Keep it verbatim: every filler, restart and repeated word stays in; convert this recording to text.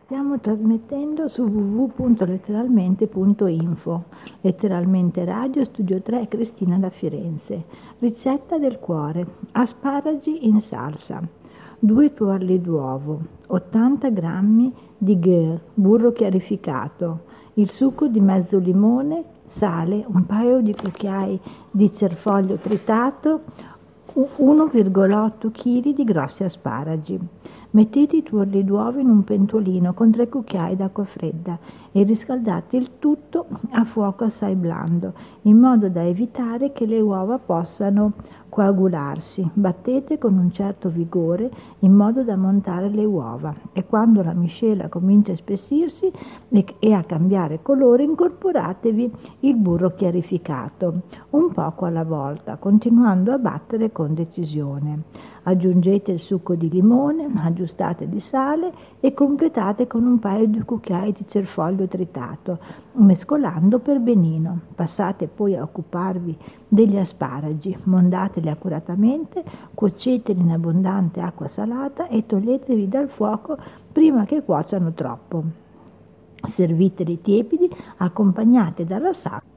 Stiamo trasmettendo su w w w punto letteralmente punto info, letteralmente radio, studio tre, Cristina da Firenze. Ricetta del cuore: asparagi in salsa, due tuorli d'uovo, ottanta grammi di ghee, burro chiarificato, il succo di mezzo limone, sale, un paio di cucchiai di cerfoglio tritato, uno virgola otto chili di grossi asparagi. Mettete i tuorli d'uovo in un pentolino con tre cucchiai d'acqua fredda e riscaldate il tutto a fuoco assai blando, in modo da evitare che le uova possano coagularsi. Battete con un certo vigore in modo da montare le uova e quando la miscela comincia a spessirsi e a cambiare colore incorporatevi il burro chiarificato, un poco alla volta, continuando a battere con decisione. Aggiungete il succo di limone, aggiustate di sale e completate con un paio di cucchiai di cerfoglio tritato, mescolando per benino. Passate poi a occuparvi degli asparagi, mondateli accuratamente, cuoceteli in abbondante acqua salata e toglietevi dal fuoco prima che cuociano troppo. Serviteli tiepidi, accompagnati dalla salsa